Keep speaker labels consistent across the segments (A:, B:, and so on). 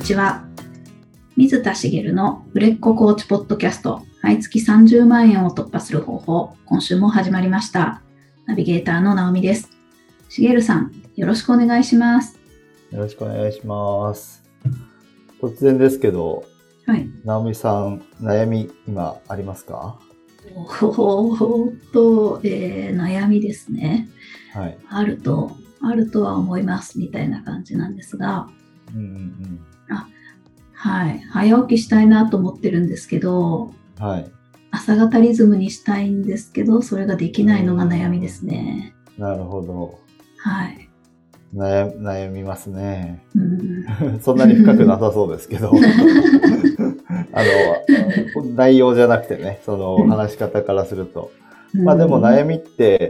A: ちは。水田茂の売れっ子コーチポッドキャスト、毎月30万円を突破する方法、今週も始まりました。ナビゲーターの直美です。茂さん、よろしくお願いします。
B: よろしくお願いします。突然ですけど、
A: はい。
B: 直美さん、悩み今ありますか？
A: 悩みですね。
B: はい。
A: あるとは思いますみたいな感じなんですが、はい。早起きしたいなと思ってるんですけど、
B: はい。
A: 朝方リズムにしたいんですけど、それができないのが悩みですね。
B: なるほど。
A: はい。
B: 悩みますね。
A: うん、
B: そんなに深くなさそうですけど。内容じゃなくてね、その話し方からすると。まあでも悩みって、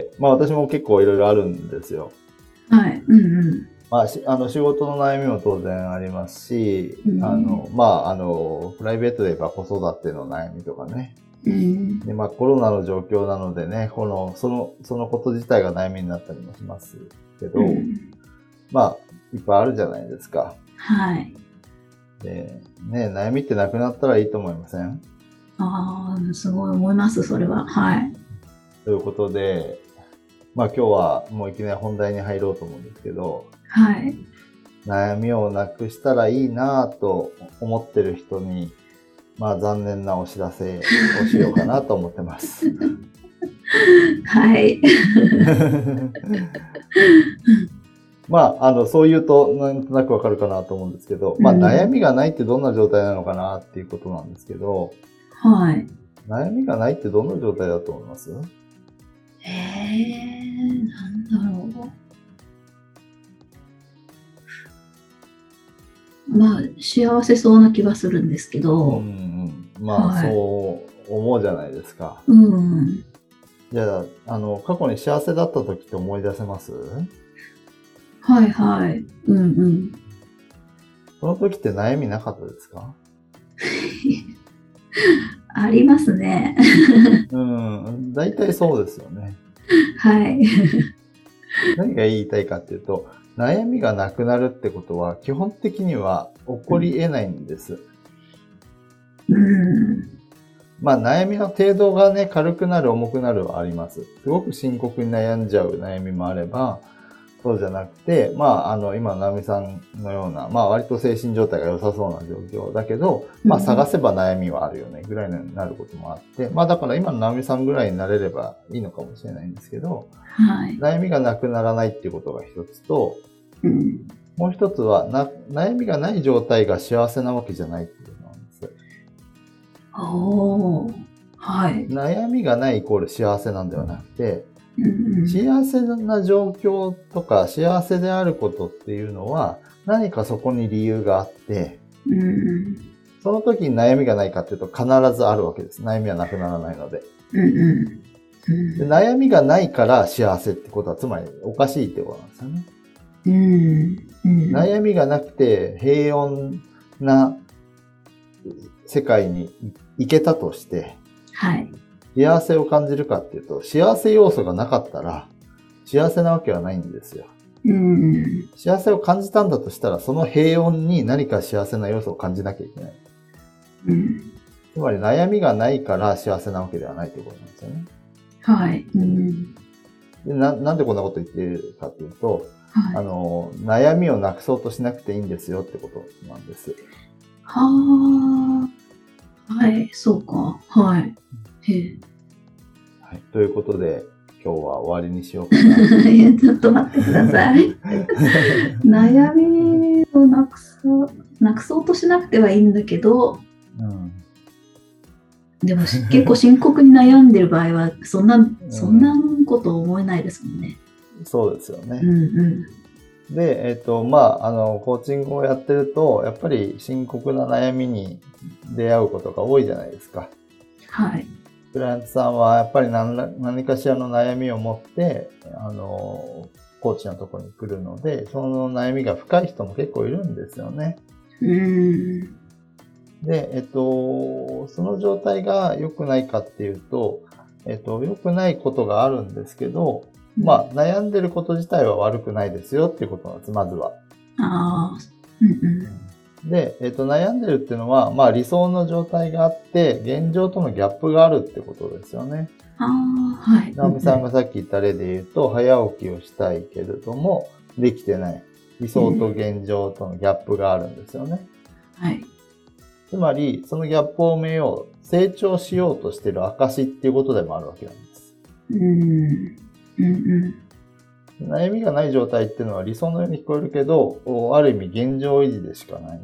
B: まあ私も結構いろいろあるんですよ。
A: はい。
B: まあ、仕事の悩みも当然ありますし、プライベートで言えば子育ての悩みとかね。で、まあコロナの状況なのでね、そのこと自体が悩みになったりもしますけど、まあ、いっぱいあるじゃないですか。
A: はい。
B: で、ね、悩みってなくなったらいいと思いません？
A: すごい思います、それは。はい。
B: ということで、まあ今日はもういきなり本題に入ろうと思うんですけど、
A: はい。
B: 悩みをなくしたらいいなぁと思ってる人に、まあ残念なお知らせをしようかなと思ってます。
A: はい。
B: まあ、そう言うとなんとなくわかるかなと思うんですけど、まあ悩みがないってどんな状態なのかなっていうことなんですけど、
A: はい。
B: 悩みがないってどんな状態だと思います？
A: なんだろう。まあ、幸せそうな気がするんですけど。
B: まあ、そう思うじゃないですか。じゃあ、過去に幸せだった時って思い出せます？
A: はいはい。
B: その時って悩みなかったですか？
A: ありますね。
B: 大体そうですよね。
A: はい。
B: 何が言いたいかっていうと、悩みがなくなるってことは基本的には起こり得ないんです。まあ悩みの程度がね、軽くなる重くなるはあります。すごく深刻に悩んじゃう悩みもあれば、そうじゃなくて、まあ今の直美さんのような、まあ割と精神状態が良さそうな状況だけど、まあ探せば悩みはあるよねぐらいになることもあって、まあだから今の直美さんぐらいになれればいいのかもしれないんですけど、悩みがなくならないっていうことが一つと、もう一つは悩みがない状態が幸せなわけじゃないっていうのなんです。悩みがないイコール幸せなんではなくて、幸せな状況とか幸せであることっていうのは何かそこに理由があって、その時に悩みがないかっていうと必ずあるわけです。悩みはなくならないので。で悩みがないから幸せってことはつまりおかしいってことなんですよね。悩みがなくて平穏な世界に行けたとして、幸せを感じるかっていうと、幸せ要素がなかったら幸せなわけはないんですよ。幸せを感じたんだとしたら、その平穏に何か幸せな要素を感じなきゃいけない。つまり悩みがないから幸せなわけではないということなんですよね。でなんでこんなこと言っているかというと、悩みをなくそうとしなくていいんですよってことなんです。
A: そうか。
B: ということで、今日は終わりにしようかな。
A: ちょっと待ってください。悩みをなくそうとしなくてはいいんだけど、でも結構深刻に悩んでる場合はそんなこと思えないですもんね。
B: そうですよね。で、コーチングをやってると、やっぱり深刻な悩みに出会うことが多いじゃないですか。クライアントさんはやっぱり何かしらの悩みを持って、コーチのところに来るので、その悩みが深い人も結構いるんですよね。で、その状態が良くないかっていうと、良くないことがあるんですけど、まあ、悩んでること自体は悪くないですよっていうことなんです、まずは。 で、悩んでるっていうのは、まあ理想の状態があって、現状とのギャップがあるってことですよね。
A: はい。
B: 直美さんがさっき言った例で言うと、早起きをしたいけれども、できてない。理想と現状とのギャップがあるんですよね。
A: はい。
B: つまり、そのギャップを埋めよう、成長しようとしている証っていうことでもあるわけなんです。悩みがない状態っていうのは理想のように聞こえるけど、ある意味現状維持でしかない。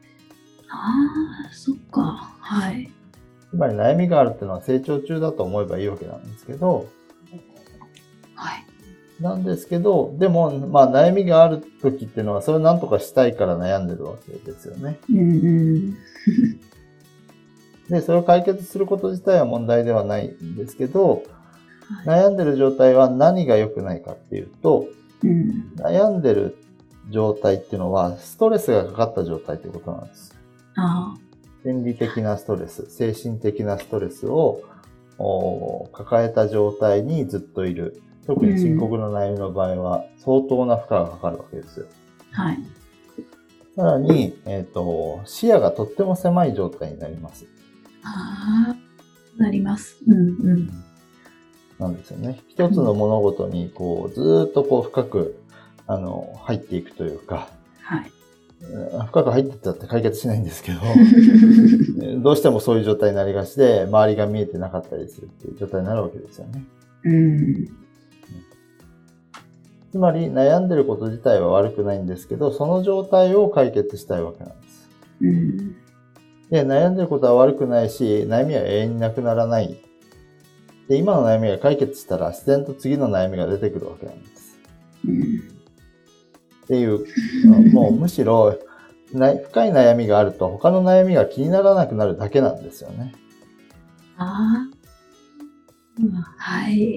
A: そっか。はい。
B: つまり悩みがあるっていうのは成長中だと思えばいいわけなんですけど、
A: はい。なん
B: ですけど、でも、まあ悩みがある時っていうのは、それを何とかしたいから悩んでるわけですよね。で、それを解決すること自体は問題ではないんですけど、悩んでる状態は何が良くないかっていうと、悩んでる状態っていうのは、ストレスがかかった状態っていうことなんです。心理的なストレス、精神的なストレスを抱えた状態にずっといる。特に深刻な悩みの場合は相当な負荷がかかるわけですよ。
A: はい。
B: さらに、視野がとっても狭い状態になります。
A: なります。
B: なんですよね。一つの物事にこうずーっとこう深く入っていくというか、
A: はい。
B: 深く入っていったって解決しないんですけど、どうしてもそういう状態になりがちで、周りが見えてなかったりするっていう状態になるわけですよね。つまり悩んでること自体は悪くないんですけど、その状態を解決したいわけなんです。で、悩んでることは悪くないし、悩みは永遠になくならない。で、今の悩みが解決したら自然と次の悩みが出てくるわけなんです。っていう、もうむしろ深い悩みがあると他の悩みが気にならなくなるだけなんですよね。
A: はい。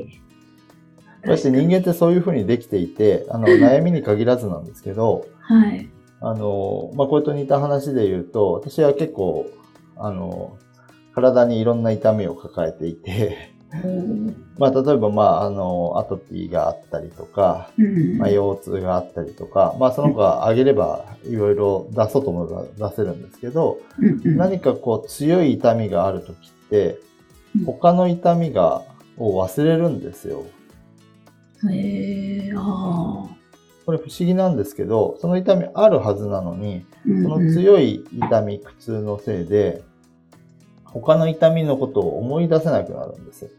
B: だって人間ってそういうふうにできていて、悩みに限らずなんですけど、
A: はい。
B: これと似た話で言うと、私は結構、体にいろんな痛みを抱えていて、例えば、アトピーがあったりとか、腰痛があったりとか、その他挙げればいろいろ出そうと思えば出せるんですけど、何かこう強い痛みがあるときって、他の痛みを忘れるんですよ。これ不思議なんですけど、その痛みあるはずなのに、その強い痛み、苦痛のせいで、他の痛みのことを思い出せなくなるんですよ。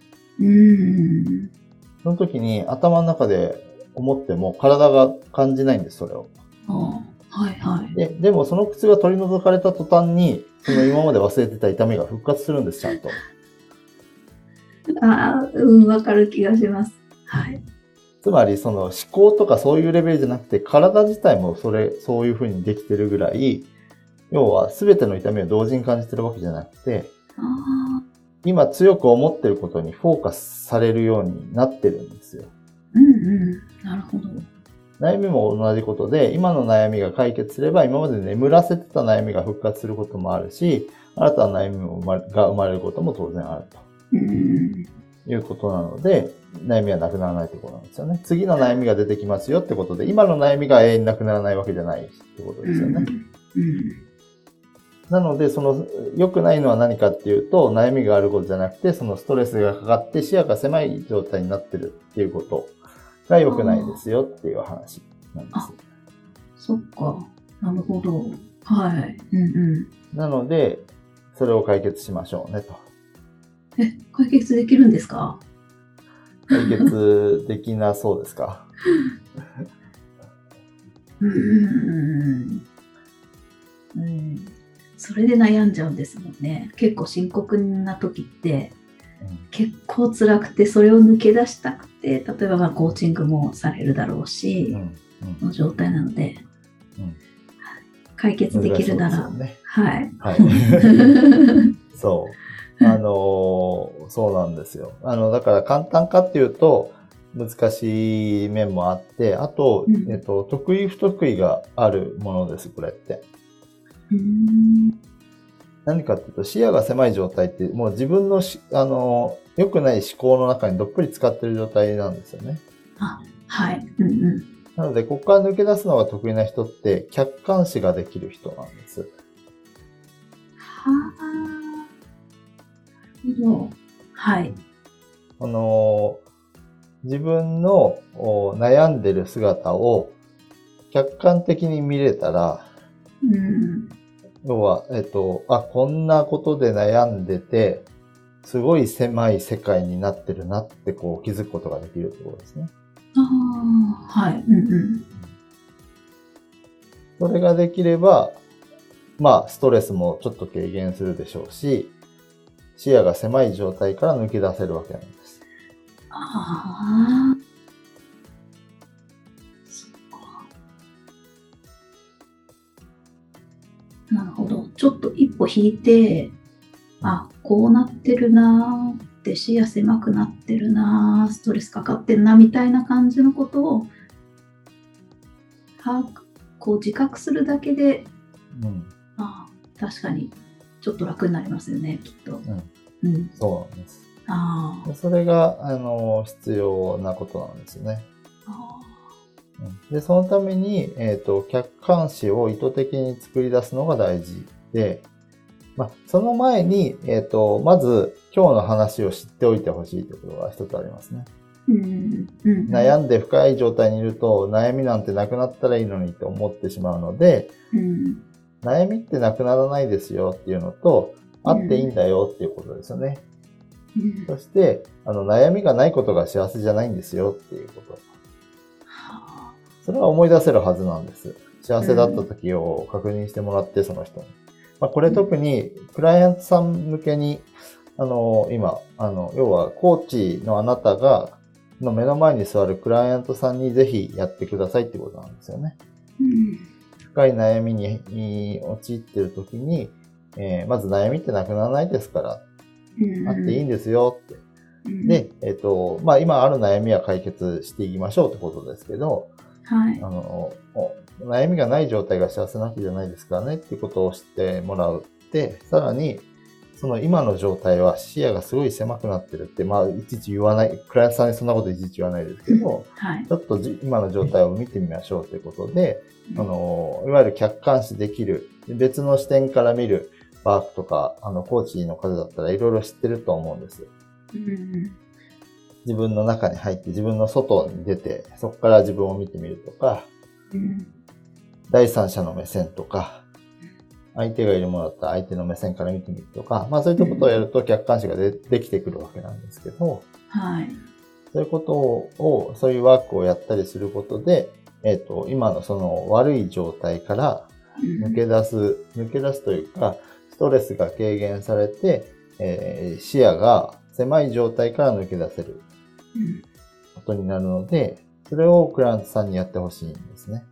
B: その時に頭の中で思っても体が感じないんです、それを。でもその苦痛が取り除かれた途端に、その今まで忘れてた痛みが復活するんです、ちゃんと。
A: わかる気がします。はい。
B: つまりその思考とかそういうレベルじゃなくて、体自体もそういう風にできてるぐらい、要は全ての痛みを同時に感じてるわけじゃなくて、今強く思ってることにフォーカスされるようになってるんですよ。
A: なるほど。
B: 悩みも同じことで、今の悩みが解決すれば、今まで眠らせてた悩みが復活することもあるし、新たな悩みが生まれることも当然あると。いうことなので、悩みはなくならないということなんですよね。次の悩みが出てきますよってことで、今の悩みが永遠になくならないわけじゃないってことですよね。なので、良くないのは何かっていうと、悩みがあることじゃなくて、そのストレスがかかって視野が狭い状態になってるっていうことが良くないですよっていう話なんです。
A: そっか。なるほど。はい。
B: なので、それを解決しましょうねと。
A: 解決できるんですか？
B: 解決できなそうですか？
A: それで悩んじゃうんですもんね。結構深刻な時って、結構辛くて、それを抜け出したくて、例えばコーチングもされるだろうし、の状態なので、解決できるなら、はい。
B: そう。そうなんですよ。だから簡単かっていうと難しい面もあって、あと、得意不得意があるものです、これって。何かっていうと、視野が狭い状態って、もう自分の良くない思考の中にどっぷり使ってる状態なんですよね。
A: はい。
B: なので、ここから抜け出すのが得意な人って、客観視ができる人なんです。
A: はあ。なるほど。はい。
B: 自分の悩んでる姿を客観的に見れたら、要は、こんなことで悩んでて、すごい狭い世界になってるなってこう気づくことができるってことですね。
A: はい。
B: それができれば、ストレスもちょっと軽減するでしょうし、視野が狭い状態から抜け出せるわけなんです。
A: そっか。なるほど。ちょっと一歩引いて、こうなってるなーって、視野狭くなってるなー、ストレスかかってるなみたいな感じのことをこう自覚するだけで、確かにちょっと楽になりますよね、きっと。
B: そうなんです。それが必要なことなんですね。で、そのために、客観視を意図的に作り出すのが大事で、その前に、まず今日の話を知っておいてほしいということが一つありますね。悩んで深い状態にいると、悩みなんてなくなったらいいのにと思ってしまうので、悩みってなくならないですよっていうのと、あっていいんだよっていうことですよね。そして、悩みがないことが幸せじゃないんですよっていうこと。それは思い出せるはずなんです。幸せだった時を確認してもらって、その人に。これ特に、クライアントさん向けに、今、要は、コーチのあなたの目の前に座るクライアントさんにぜひやってくださいってことなんですよね。深い悩みに陥っている時に、まず悩みってなくならないですから、あっていいんですよって。で、今ある悩みは解決していきましょうってことですけど、悩みがない状態が幸せなわけじゃないですからねっていうことを知ってもらうって、さらに、その今の状態は視野がすごい狭くなってるって、いちいち言わない、クライアントさんにそんなこといちいち言わないですけど、ちょっと今の状態を見てみましょうということで、いわゆる客観視できる、別の視点から見るワークとか、コーチの方だったらいろいろ知ってると思うんです。自分の中に入って自分の外に出て、そこから自分を見てみるとか、第三者の目線とか、相手がいるものだったら相手の目線から見てみるとか、そういったことをやると客観視ができてくるわけなんですけど、そういうことを、そういうワークをやったりすることで、今のその悪い状態から抜け出すというか、ストレスが軽減されて、視野が狭い状態から抜け出せることになるので、それをクライアントさんにやってほしいんですね。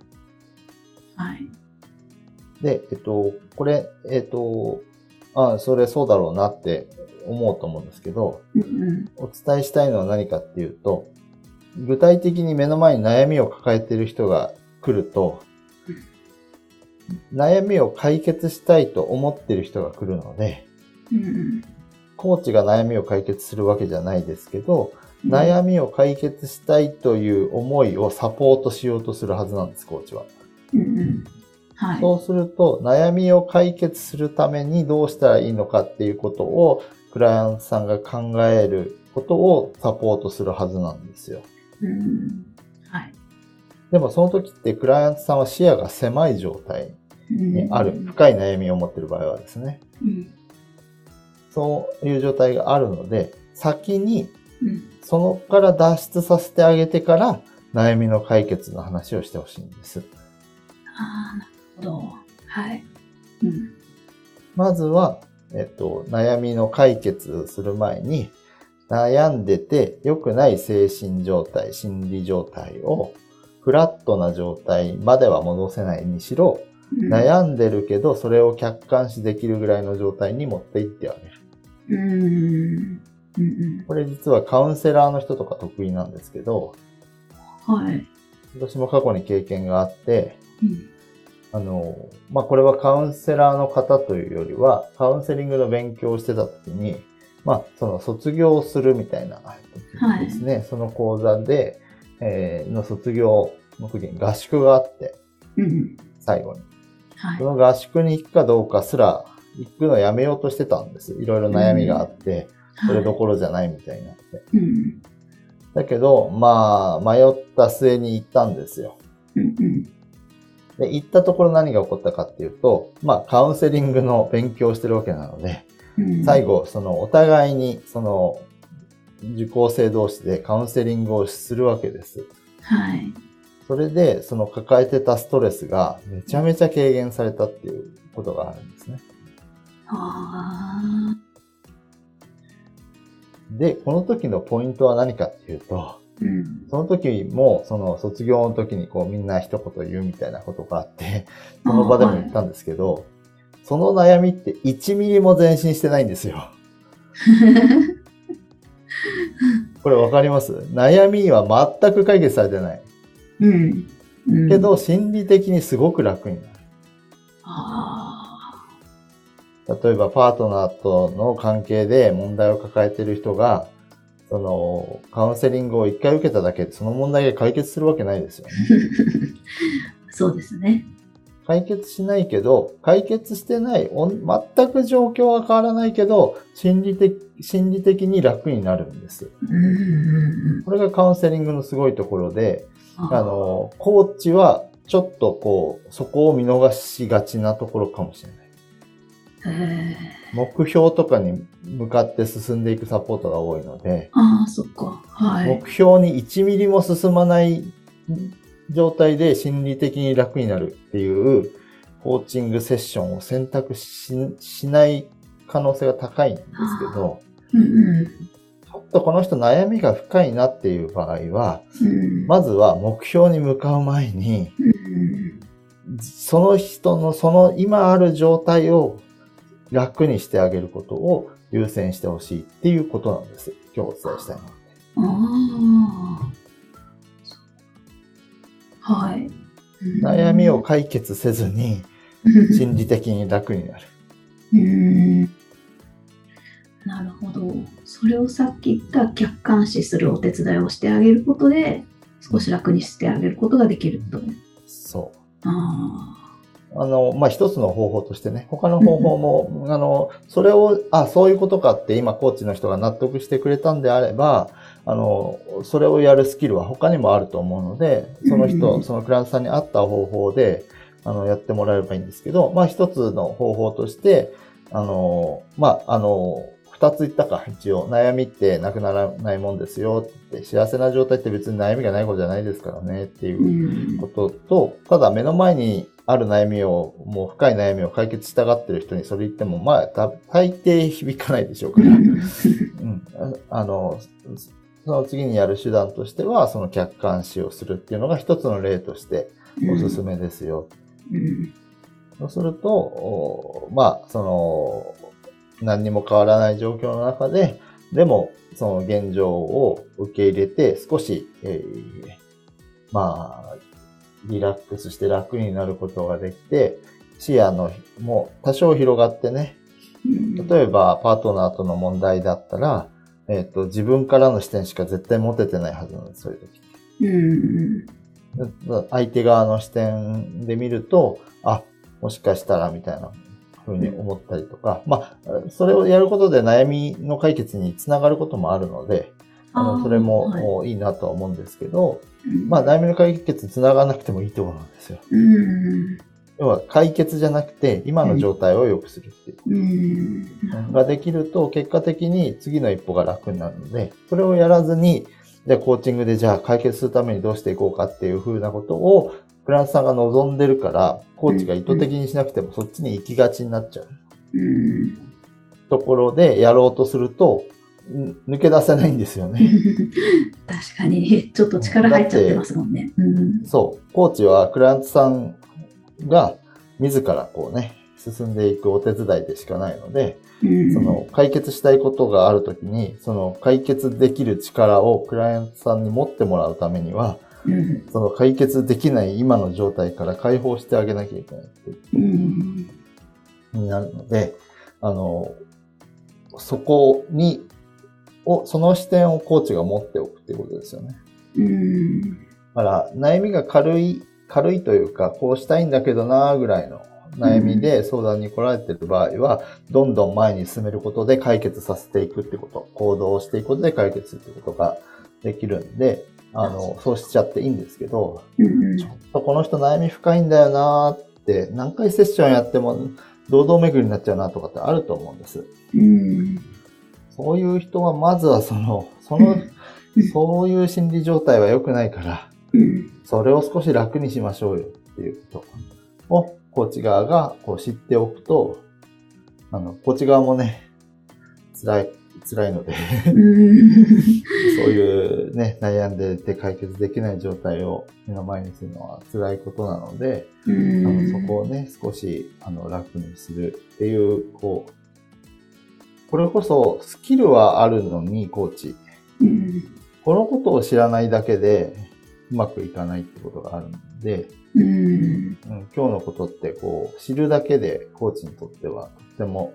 B: で、これ、それそうだろうなって思うと思うんですけど、お伝えしたいのは何かっていうと、具体的に目の前に悩みを抱えている人が来ると、悩みを解決したいと思っている人が来るので、コーチが悩みを解決するわけじゃないですけど、悩みを解決したいという思いをサポートしようとするはずなんです、コーチは。そうすると、悩みを解決するためにどうしたらいいのかっていうことを、クライアントさんが考えることをサポートするはずなんですよ。でもその時ってクライアントさんは視野が狭い状態にある、深い悩みを持っている場合はですね、そういう状態があるので、先にそのから脱出させてあげてから悩みの解決の話をしてほしいんです。
A: なるほど。
B: まずは、悩みの解決する前に、悩んでて良くない精神状態、心理状態をフラットな状態までは戻せないにしろ、悩んでるけどそれを客観視できるぐらいの状態に持っていってあげる。これ実はカウンセラーの人とか得意なんですけど、私も過去に経験があって、これはカウンセラーの方というよりは、カウンセリングの勉強をしてた時に、その卒業をするみたいな時にですね、その講座で、の卒業時に合宿があって、最後に。その合宿に行くかどうかすら、行くのやめようとしてたんです。いろいろ悩みがあって、それどころじゃないみたいになって。だけど、迷った末に行ったんですよ。で、行ったところ何が起こったかっていうと、カウンセリングの勉強をしてるわけなので、最後、お互いに、受講生同士でカウンセリングをするわけです。
A: はい。
B: それで、抱えてたストレスがめちゃめちゃ軽減されたっていうことがあるんですね。で、この時のポイントは何かっていうと、その時も、卒業の時にみんな一言言うみたいなことがあって、その場でも言ったんですけど、その悩みって1ミリも前進してないんですよ。これわかります？悩みは全く解決されてない。けど、心理的にすごく楽になる。例えば、パートナーとの関係で問題を抱えている人が、カウンセリングを一回受けただけで、その問題が解決するわけないですよね。
A: そうですね。
B: 解決しないけど、解決してない、全く状況は変わらないけど、心理的に楽になるんです。これがカウンセリングのすごいところで、コーチはちょっとそこを見逃しがちなところかもしれない。目標とかに向かって進んでいくサポートが多いので、
A: そっか。はい。
B: 目標に1ミリも進まない状態で心理的に楽になるっていうコーチングセッションを選択 しない可能性が高いんですけど、ちょっとこの人悩みが深いなっていう場合は、まずは目標に向かう前に、その人の今ある状態を楽にしてあげることを優先してほしいっていうことなんです。今日お伝えしたいのは。はい。悩みを解決せずに心理的に楽になる。
A: なるほど。それをさっき言った客観視するお手伝いをしてあげることで少し楽にしてあげることができると。
B: そう。一つの方法としてね、他の方法も、それを、そういうことかって今コーチの人が納得してくれたんであれば、それをやるスキルは他にもあると思うので、そのクライアントさんに合った方法で、やってもらえればいいんですけど、一つの方法として、二つ言ったか、一応、悩みってなくならないもんですよって、幸せな状態って別に悩みがないことじゃないですからねっていうことと、ただ目の前にある悩みを、もう深い悩みを解決したがってる人にそれ言っても、大抵響かないでしょうから。その次にやる手段としては、その客観視をするっていうのが一つの例としておすすめですよ。そうすると、何にも変わらない状況の中で、でも、その現状を受け入れて、少し、リラックスして楽になることができて、視野のも多少広がってね、例えばパートナーとの問題だったら、自分からの視点しか絶対持ててないはずなんです、そういう時。相手側の視点で見ると、もしかしたらみたいなふうに思ったりとか、それをやることで悩みの解決につながることもあるので、それもいいなとは思うんですけど、悩みの解決につながらなくてもいいと思うんですよ。要は解決じゃなくて、今の状態を良くするっていう。ができると、結果的に次の一歩が楽になるので、それをやらずに、じゃあコーチングでじゃあ解決するためにどうしていこうかっていう風なことを、クライアントさんが望んでるから、コーチが意図的にしなくてもそっちに行きがちになっちゃう。ところでやろうとすると、抜け出せないんですよね。
A: 確かに、ちょっと力入っちゃってますもんね。
B: そう。コーチはクライアントさんが自ら進んでいくお手伝いでしかないので、その解決したいことがあるときに、その解決できる力をクライアントさんに持ってもらうためには、その解決できない今の状態から解放してあげなきゃいけないってになるので、そこに、その視点をコーチが持っておくっていうことですよね。 だから悩みが軽いというか、こうしたいんだけどなぐらいの悩みで相談に来られている場合は、どんどん前に進めることで解決させていくってこと、行動していくことで解決するってことができるんで、そうしちゃっていいんですけど、ちょっとこの人悩み深いんだよなって、何回セッションやっても堂々巡りになっちゃうなとかってあると思うんです。そういう人はまずはそういう心理状態は良くないから、それを少し楽にしましょうよっていうことを、コーチ側がこう知っておくと、コーチ側もね、辛いのでそういうね、悩んでて解決できない状態を目の前にするのは辛いことなので、そこをね、少し楽にするっていう、これこそスキルはあるのに、コーチ。このことを知らないだけでうまくいかないってことがあるので、今日のことって知るだけでコーチにとってはとっても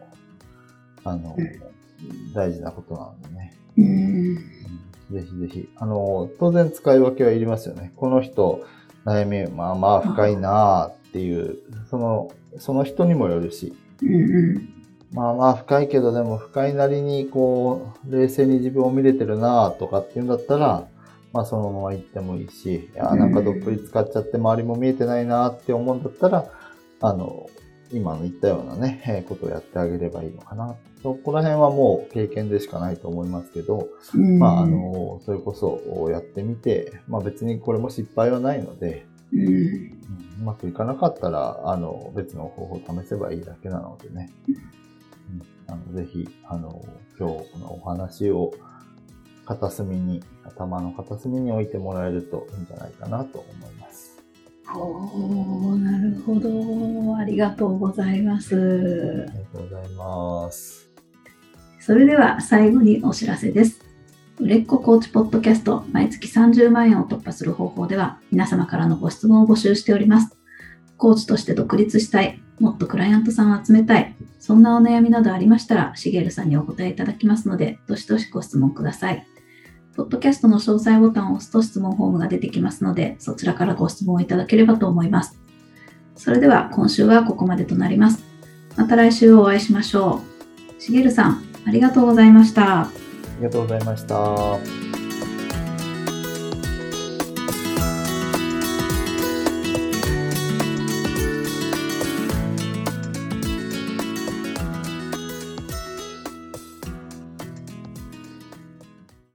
B: 大事なことなのでね。ぜひぜひ当然使い分けはいりますよね。この人悩みまあ深いなっていうその人にもよるし、まあ深いけどでも深いなりに冷静に自分を見れてるなとかっていうんだったら、そのまま行ってもいいし、なんかどっぷり使っちゃって周りも見えてないなって思うんだったら、今の言ったようなね、ことをやってあげればいいのかな。そこら辺はもう経験でしかないと思いますけど、それこそやってみて、別にこれも失敗はないので、うまくいかなかったら、別の方法を試せばいいだけなのでね。ぜひ、今日このお話を頭の片隅に置いてもらえるといいんじゃないかなと思います。
A: なるほど。ありがとうございます。
B: ありがとうございます。
A: それでは最後にお知らせです。売れっ子コーチポッドキャスト毎月30万円を突破する方法では皆様からのご質問を募集しております。コーチとして独立したい、もっとクライアントさんを集めたい、そんなお悩みなどありましたら、しげるさんにお答えいただきますので、どしどしご質問ください。ポッドキャストの詳細ボタンを押すと質問フォームが出てきますので、そちらからご質問いただければと思います。それでは今週はここまでとなります。また来週お会いしましょう。しげるさん、ありがとうございました。
B: ありがとうございました。